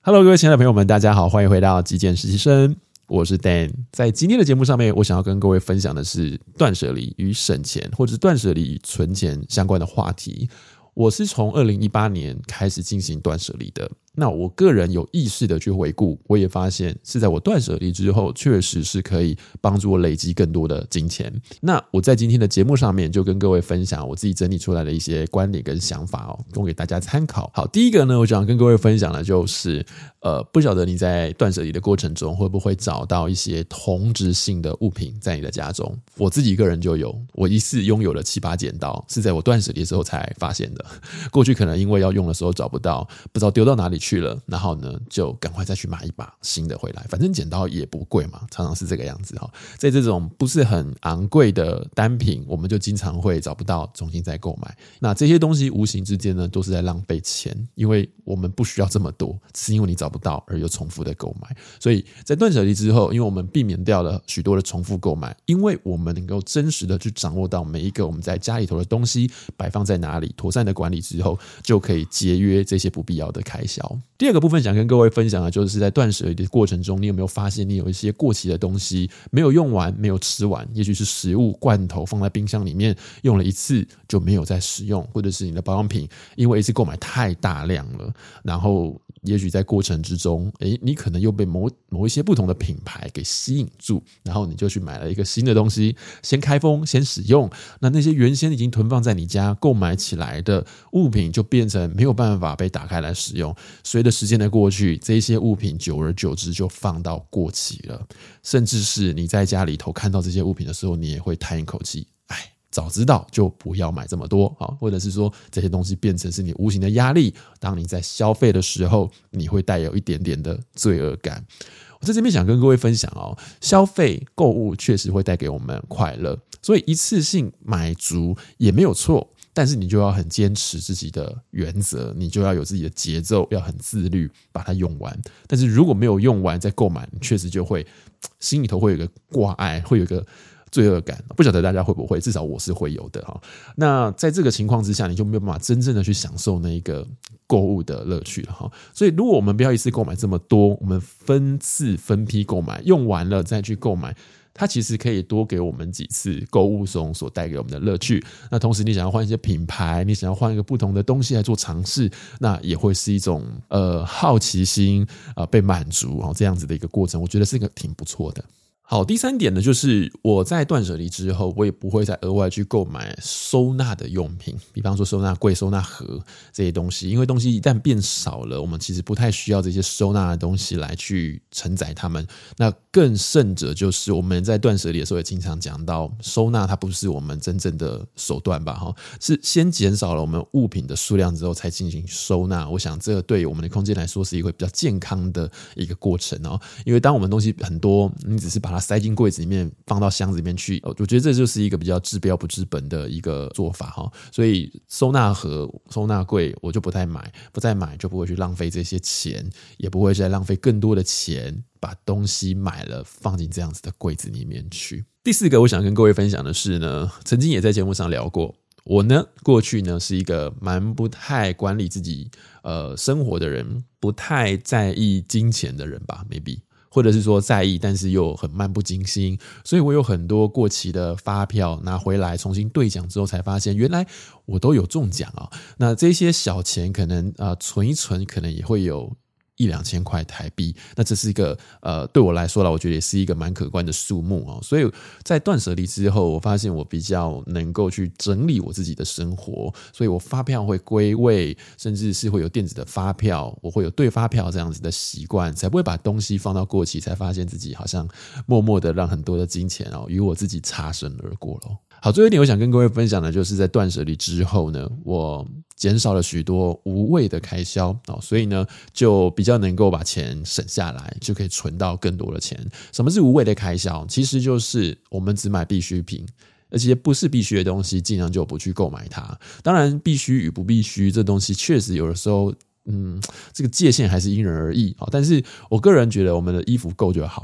Hello， 各位亲爱的朋友们，大家好，欢迎回到极简实习生，我是 Dan。在今天的节目上面，我想要跟各位分享的是断舍离与省钱，或者是断舍离与存钱相关的话题。我是从2018年开始进行断舍离的。那我个人有意识的去回顾，我也发现是在我断舍离之后，确实是可以帮助我累积更多的金钱。那我在今天的节目上面就跟各位分享我自己整理出来的一些观点跟想法供给大家参考。好，第一个呢，我想跟各位分享的就是不晓得你在断舍离的过程中会不会找到一些同质性的物品在你的家中。我自己个人就有，我一次拥有了7、8剪刀，是在我断舍离的时候才发现的。过去可能因为要用的时候找不到，不知道丢到哪里去了，然后呢就赶快再去买一把新的回来，反正剪刀也不贵嘛，常常是这个样子。在这种不是很昂贵的单品，我们就经常会找不到，重新再购买。那这些东西无形之间呢都是在浪费钱，因为我们不需要这么多，只是因为你找不到而又重复的购买。所以在断舍离之后，因为我们避免掉了许多的重复购买，因为我们能够真实的去掌握到每一个我们在家里头的东西摆放在哪里，妥善的管理之后，就可以节约这些不必要的开销。第二个部分想跟各位分享的就是在断舍离的过程中，你有没有发现你有一些过期的东西没有用完，没有吃完，也许是食物罐头放在冰箱里面用了一次就没有再使用，或者是你的保养品因为一次购买太大量了，然后也许在过程之中你可能又被某一些不同的品牌给吸引住，然后你就去买了一个新的东西，先开封先使用，那些原先已经囤放在你家购买起来的物品就变成没有办法被打开来使用。随着时间的过去，这些物品久而久之就放到过期了，甚至是你在家里头看到这些物品的时候，你也会叹一口气，早知道就不要买这么多，或者是说这些东西变成是你无形的压力，当你在消费的时候，你会带有一点点的罪恶感。我在这边想跟各位分享消费购物确实会带给我们快乐，所以一次性买足也没有错，但是你就要很坚持自己的原则，你就要有自己的节奏，要很自律把它用完。但是如果没有用完再购买，你确实就会心里头会有一个挂碍，会有一个罪恶感，不晓得大家会不会，至少我是会有的。那在这个情况之下，你就没有办法真正的去享受那一个购物的乐趣了。所以如果我们不要一次购买这么多，我们分次分批购买，用完了再去购买，它其实可以多给我们几次购物中所带给我们的乐趣。那同时你想要换一些品牌，你想要换一个不同的东西来做尝试，那也会是一种好奇心被满足这样子的一个过程，我觉得是一个挺不错的。好，第三点呢，就是我在断舍离之后，我也不会再额外去购买收纳的用品，比方说收纳柜、收纳盒这些东西，因为东西一旦变少了，我们其实不太需要这些收纳的东西来去承载它们。那更甚者就是我们在断舍离的时候也经常讲到，收纳它不是我们真正的手段吧，是先减少了我们物品的数量之后才进行收纳。我想这个对我们的空间来说是一个比较健康的一个过程因为当我们东西很多，你只是把它塞进柜子里面放到箱子里面去，我觉得这就是一个比较治标不治本的一个做法所以收纳盒、收纳柜我就不再买就不会去浪费这些钱，也不会再浪费更多的钱把东西买了放进这样子的柜子里面去。第四个我想跟各位分享的是呢，曾经也在节目上聊过，我呢过去呢是一个蛮不太管理自己生活的人，不太在意金钱的人吧 maybe，或者是说在意但是又很漫不经心，所以我有很多过期的发票拿回来重新兑奖之后才发现原来我都有中奖那这些小钱可能存一存可能也会有1-2千块台币，那这是一个对我来说我觉得也是一个蛮可观的数目所以在断舍离之后，我发现我比较能够去整理我自己的生活，所以我发票会归位，甚至是会有电子的发票，我会有对发票这样子的习惯，才不会把东西放到过期，才发现自己好像默默的让很多的金钱与我自己擦身而过了。好，最后一点我想跟各位分享的就是在断舍离之后呢，我减少了许多无谓的开销所以呢就比较能够把钱省下来，就可以存到更多的钱。什么是无谓的开销？其实就是我们只买必需品，而且不是必须的东西尽量就不去购买它。当然必须与不必须这东西确实有的时候这个界限还是因人而异但是我个人觉得我们的衣服够就好了，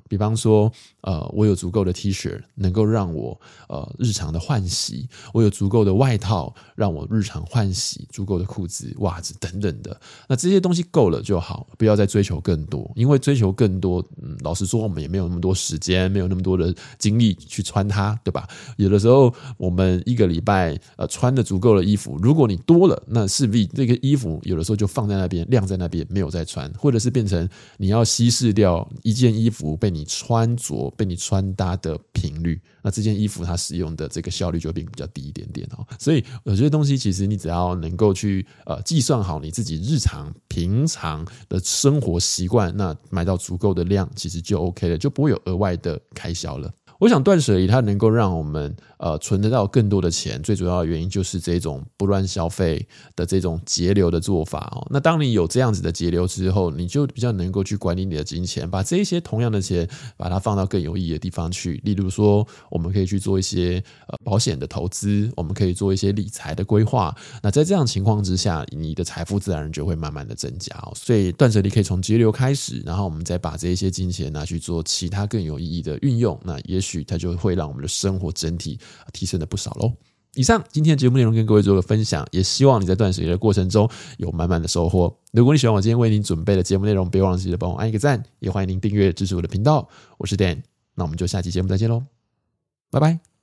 比方说我有足够的 T 恤能够让我日常的换洗，我有足够的外套让我日常换洗，足够的裤子袜子等等的，那这些东西够了就好，不要再追求更多，因为追求更多老实说我们也没有那么多时间，没有那么多的精力去穿它，对吧？有的时候我们一个礼拜穿的足够的衣服，如果你多了，那势必这个衣服有的时候就放在那边晾在那边没有再穿，或者是变成你要稀释掉一件衣服被你穿着被你穿搭的频率，那这件衣服它使用的这个效率就会变比较低一点点。所以有些东西其实你只要能够去计算好你自己日常平常的生活习惯，那买到足够的量其实就 OK 了，就不会有额外的开销了。我想断舍离它能够让我们存得到更多的钱，最主要的原因就是这种不乱消费的这种节流的做法。那当你有这样子的节流之后，你就比较能够去管理你的金钱，把这一些同样的钱把它放到更有意义的地方去。例如说我们可以去做一些保险的投资，我们可以做一些理财的规划，那在这样的情况之下，你的财富自然就会慢慢的增加。所以断舍离可以从节流开始，然后我们再把这一些金钱拿去做其他更有意义的运用，那也许它就会让我们的生活整体提升了不少咯。以上今天的节目内容跟各位做个分享，也希望你在断舍离的过程中有满满的收获。如果你喜欢我今天为您准备的节目内容，别忘了记得帮我按一个赞，也欢迎您订阅支持我的频道。我是 Dan， 那我们就下期节目再见咯，拜拜。